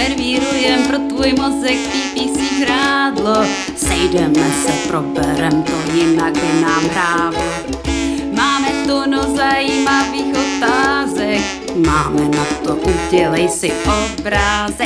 servírujem pro tvůj mozek PPC žrádlo. Sejdeme se, proberem to, jinak by nám hráblo. Máme tunu zajímavých otázek, máme na to, udělej si obrázek.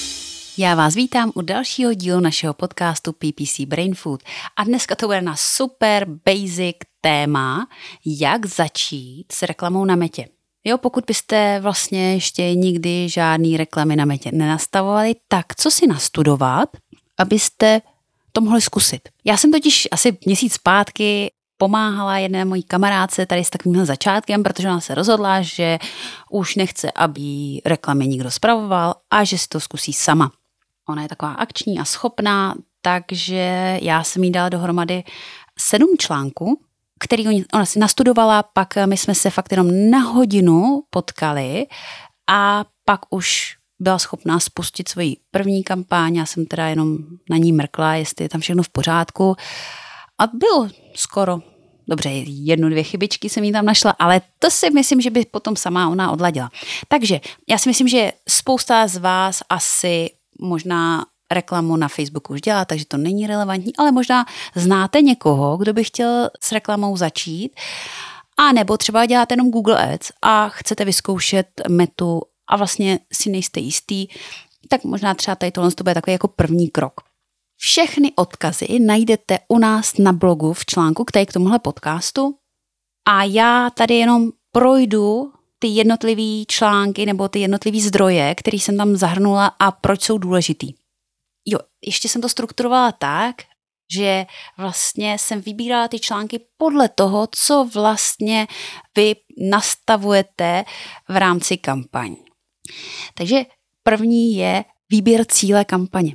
Já vás vítám u dalšího dílu našeho podcastu PPC Brain Food a dneska to bude na super basic téma, jak začít s reklamou na Metě. Jo, pokud byste vlastně ještě nikdy žádný reklamy na Metě nenastavovali, tak co si nastudovat, abyste to mohli zkusit. Já jsem totiž asi měsíc zpátky pomáhala jedné mojí kamarádce tady s takovýmhle začátkem, protože ona se rozhodla, že už nechce, aby reklamy nikdo spravoval a že si to zkusí sama. Ona je taková akční a schopná, takže já jsem jí dala dohromady 7 článků, který ona si nastudovala, pak my jsme se fakt jenom na hodinu potkali a pak už byla schopná spustit svoji první kampaň. Já jsem teda jenom na ní mrkla, jestli je tam všechno v pořádku. A bylo skoro, dobře, 1-2 chybičky jsem jí tam našla, ale to si myslím, že by potom sama ona odladila. Takže já si myslím, že spousta z vás asi možná reklamu na Facebooku už dělá, takže to není relevantní, ale možná znáte někoho, kdo by chtěl s reklamou začít, a nebo třeba děláte jenom Google Ads a chcete vyzkoušet Metu a vlastně si nejste jistý, tak možná třeba tady tohle bude takový jako první krok. Všechny odkazy najdete u nás na blogu v článku, který k tomuhle podcastu, a já tady jenom projdu ty jednotlivý články nebo ty jednotlivý zdroje, který jsem tam zahrnula a proč jsou důležitý. Jo, ještě jsem to strukturovala tak, že vlastně jsem vybírala ty články podle toho, co vlastně vy nastavujete v rámci kampaň. Takže první je výběr cíle kampaně.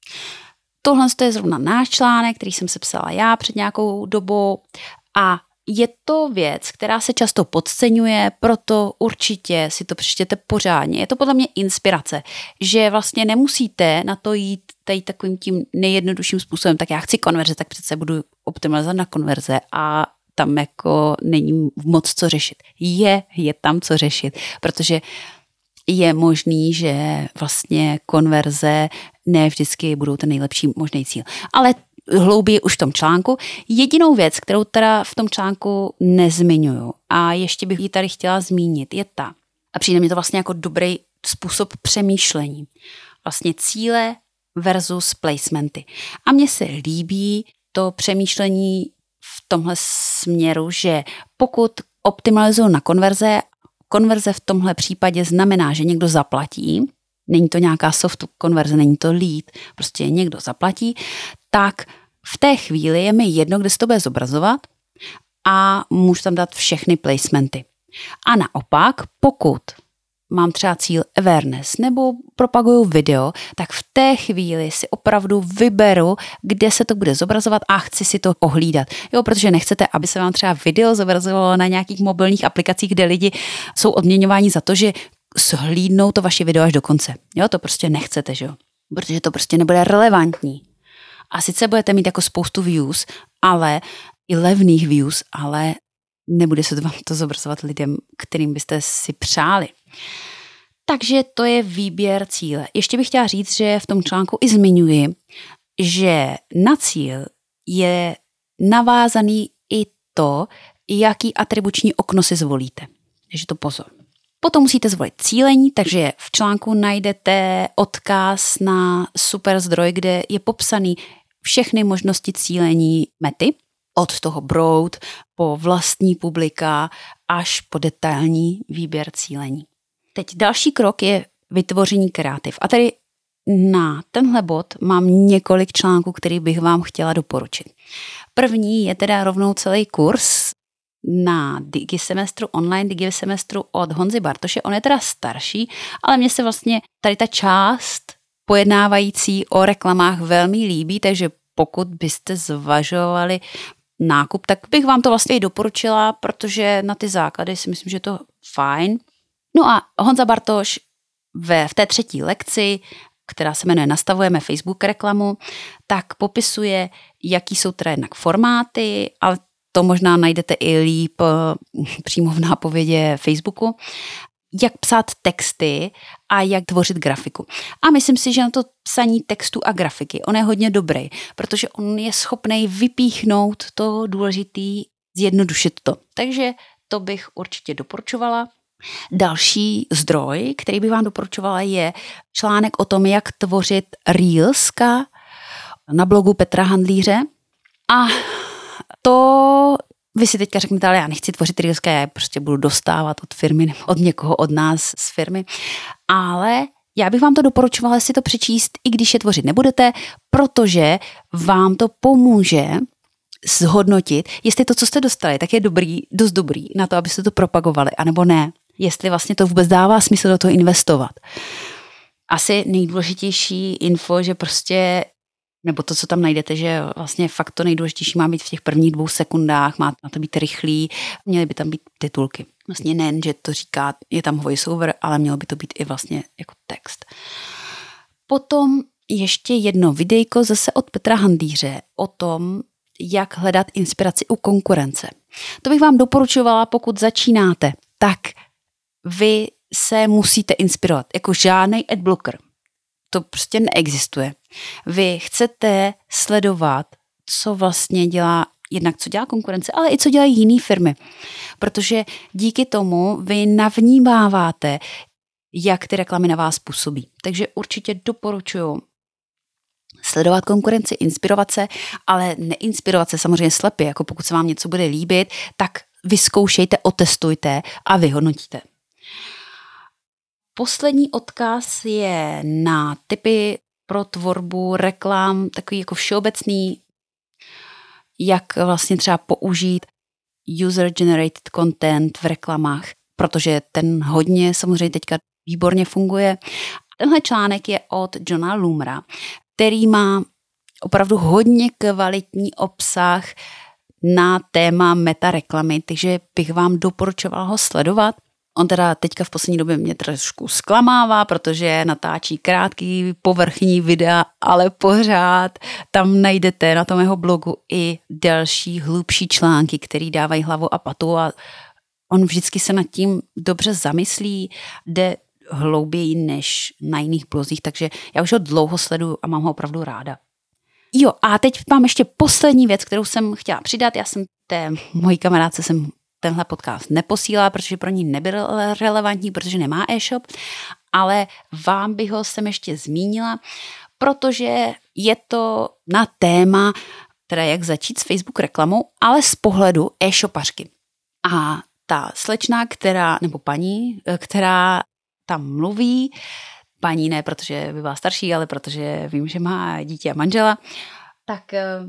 Tohle je zrovna náš článek, který jsem sepsala já před nějakou dobou a je to věc, která se často podceňuje, proto určitě si to přečtěte pořádně. Je to podle mě inspirace, že vlastně nemusíte na to jít tady takovým tím nejjednodušším způsobem, tak já chci konverze, tak přece budu optimalizovat na konverze a tam jako není moc co řešit. Je tam co řešit, protože je možný, že vlastně konverze ne vždycky budou ten nejlepší možný cíl. Ale hlouběji už v tom článku. Jedinou věc, kterou teda v tom článku nezmiňuju a ještě bych ji tady chtěla zmínit, je ta, a přijde mi to vlastně jako dobrý způsob přemýšlení, vlastně cíle versus placementy. A mně se líbí to přemýšlení v tomhle směru, že pokud optimalizuju na konverze v tomhle případě znamená, že někdo zaplatí, není to nějaká soft konverze, není to lead, prostě někdo zaplatí, tak v té chvíli je mi jedno, kde se to bude zobrazovat a můžu tam dát všechny placementy. A naopak, pokud mám třeba cíl awareness nebo propaguju video, tak v té chvíli si opravdu vyberu, kde se to bude zobrazovat a chci si to ohlídat. Jo, protože nechcete, aby se vám třeba video zobrazovalo na nějakých mobilních aplikacích, kde lidi jsou odměňováni za to, že shlídnou to vaše video až do konce. Jo, to prostě nechcete, že jo? Protože to prostě nebude relevantní. A sice budete mít jako spoustu views, ale i levných views, ale nebude se vám to zobrazovat lidem, kterým byste si přáli. Takže to je výběr cíle. Ještě bych chtěla říct, že v tom článku i zmiňuji, že na cíl je navázaný i to, jaký atribuční okno si zvolíte. Takže to pozor. Potom musíte zvolit cílení, takže v článku najdete odkaz na super zdroj, kde je popsaný všechny možnosti cílení Mety, od toho broad po vlastní publika až po detailní výběr cílení. Teď další krok je vytvoření kreativ. A tady na tenhle bod mám několik článků, který bych vám chtěla doporučit. První je teda rovnou celý kurz na Digisemestru, online Digisemestru od Honzy Bartoše. On je teda starší, ale mně se vlastně tady ta část pojednávající o reklamách velmi líbí, takže pokud byste zvažovali nákup, tak bych vám to vlastně i doporučila, protože na ty základy si myslím, že je to fajn. No a Honza Bartoš v té 3. lekci, která se jmenuje Nastavujeme Facebook reklamu, tak popisuje, jaký jsou teda jednak formáty, ale to možná najdete i líp přímo v nápovědě Facebooku. jak psát texty a jak tvořit grafiku. A myslím si, že na to psaní textu a grafiky on je hodně dobrý, protože on je schopný vypíchnout to důležitý, zjednodušit to. Takže to bych určitě doporučovala. Další zdroj, který bych vám doporučovala, je článek o tom, jak tvořit reelska na blogu Petra Handlíře. A to vy si teďka řeknete, ale já nechci tvořit reelska, já je prostě budu dostávat od firmy nebo od někoho od nás z firmy. Ale já bych vám to doporučovala si to přečíst, i když je tvořit nebudete, protože vám to pomůže zhodnotit, jestli to, co jste dostali, tak je dost dobrý na to, abyste to propagovali, anebo ne. Jestli vlastně to vůbec dává smysl do toho investovat. Asi nejdůležitější info, že prostě, nebo to, co tam najdete, že vlastně fakt to nejdůležitější má být v těch prvních 2 sekundách, má na to být rychlý, měly by tam být titulky. Vlastně nejen, že to říká, je tam voiceover, ale mělo by to být i vlastně jako text. Potom ještě jedno videjko zase od Petra Handlíře o tom, jak hledat inspiraci u konkurence. To bych vám doporučovala, pokud začínáte, tak vy se musíte inspirovat, jako žádný adblocker. To prostě neexistuje. Vy chcete sledovat, co vlastně dělá, jednak co dělá konkurence, ale i co dělají jiné firmy. Protože díky tomu vy navnímáváte, jak ty reklamy na vás působí. Takže určitě doporučuji sledovat konkurenci, inspirovat se, ale neinspirovat se samozřejmě slepě, jako pokud se vám něco bude líbit, tak vyzkoušejte, otestujte a vyhodnotíte. Poslední odkaz je na tipy pro tvorbu reklam, takový jako všeobecný, jak vlastně třeba použít user-generated content v reklamách, protože ten hodně samozřejmě teďka výborně funguje. Tenhle článek je od Johna Loomera, který má opravdu hodně kvalitní obsah na téma metareklamy, takže bych vám doporučovala ho sledovat. On teda teďka v poslední době mě trošku zklamává, protože natáčí krátký povrchní videa, ale pořád tam najdete na tom jeho blogu i další hlubší články, které dávají hlavu a patu a on vždycky se nad tím dobře zamyslí, jde hlouběji než na jiných blozích, takže já už ho dlouho sleduju a mám ho opravdu ráda. Jo, a teď mám ještě poslední věc, kterou jsem chtěla přidat. Já jsem mojí kamarádce tenhle podcast neposílala, protože pro ní nebyl relevantní, protože nemá e-shop, ale vám bych ho sem ještě zmínila, protože je to na téma, teda jak začít s Facebook reklamou, ale z pohledu e-shopařky. A ta slečna, nebo paní, která tam mluví, paní ne, protože by byla starší, ale protože vím, že má dítě a manžela, tak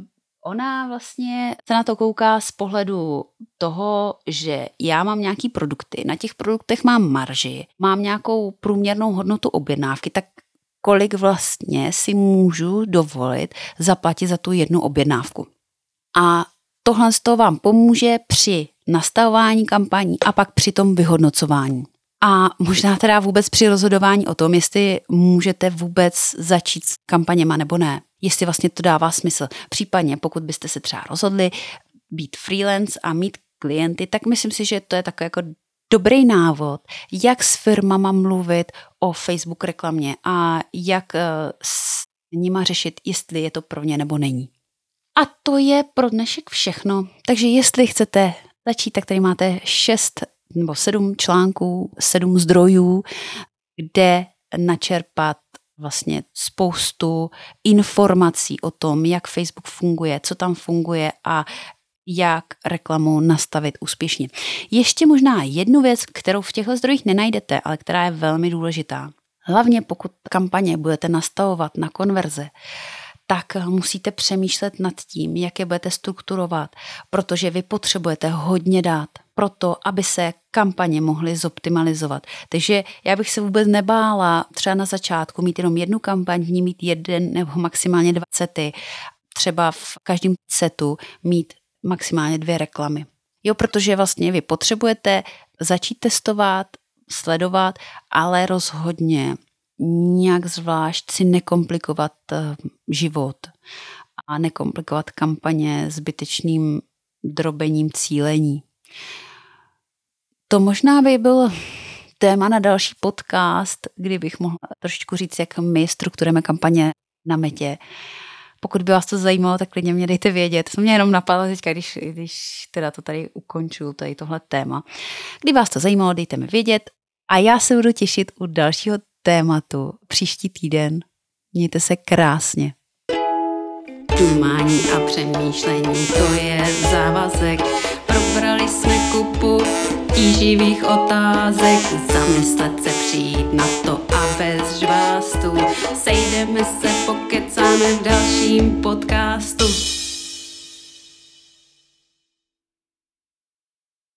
ona vlastně se na to kouká z pohledu toho, že já mám nějaký produkty, na těch produktech mám marži, mám nějakou průměrnou hodnotu objednávky, tak kolik vlastně si můžu dovolit zaplatit za tu jednu objednávku. A tohle z toho vám pomůže při nastavování kampaní a pak při tom vyhodnocování. A možná teda vůbec při rozhodování o tom, jestli můžete vůbec začít s kampaněma nebo ne. Jestli vlastně to dává smysl. Případně pokud byste se třeba rozhodli být freelance a mít klienty, tak myslím si, že to je takový jako dobrý návod, jak s firmama mluvit o Facebook reklamě a jak s nima řešit, jestli je to pro ně nebo není. A to je pro dnešek všechno. Takže jestli chcete začít, tak tady máte 6 nebo 7 článků, 7 zdrojů, kde načerpat vlastně spoustu informací o tom, jak Facebook funguje, co tam funguje a jak reklamu nastavit úspěšně. Ještě možná jednu věc, kterou v těchto zdrojích nenajdete, ale která je velmi důležitá. Hlavně pokud kampaně budete nastavovat na konverze, tak musíte přemýšlet nad tím, jak je budete strukturovat, protože vy potřebujete hodně dát pro to, aby se kampaně mohly zoptimalizovat. Takže já bych se vůbec nebála třeba na začátku mít jenom jednu kampaň, v ní mít 1 nebo maximálně 2 sety, třeba v každém setu mít maximálně 2 reklamy. Jo, protože vlastně vy potřebujete začít testovat, sledovat, ale rozhodně nějak zvlášť si nekomplikovat život a nekomplikovat kampaně zbytečným drobením cílení. To možná by byl téma na další podcast, kdy bych mohla trošičku říct, jak my strukturujeme kampaně na Metě. Pokud by vás to zajímalo, tak klidně mě dejte vědět. To mě jenom napadlo teďka, když teda to tady ukončuju, tady tohle téma. Kdyby vás to zajímalo, dejte mi vědět a já se budu těšit u dalšího tématu příští týden. Mějte se krásně. Dumání a přemýšlení, to je závazek. Probrali jsme kupu tíživých otázek. Zamyslet se, přijít na to a bez žvástu. Sejdeme se, pokecáme v dalším podcastu.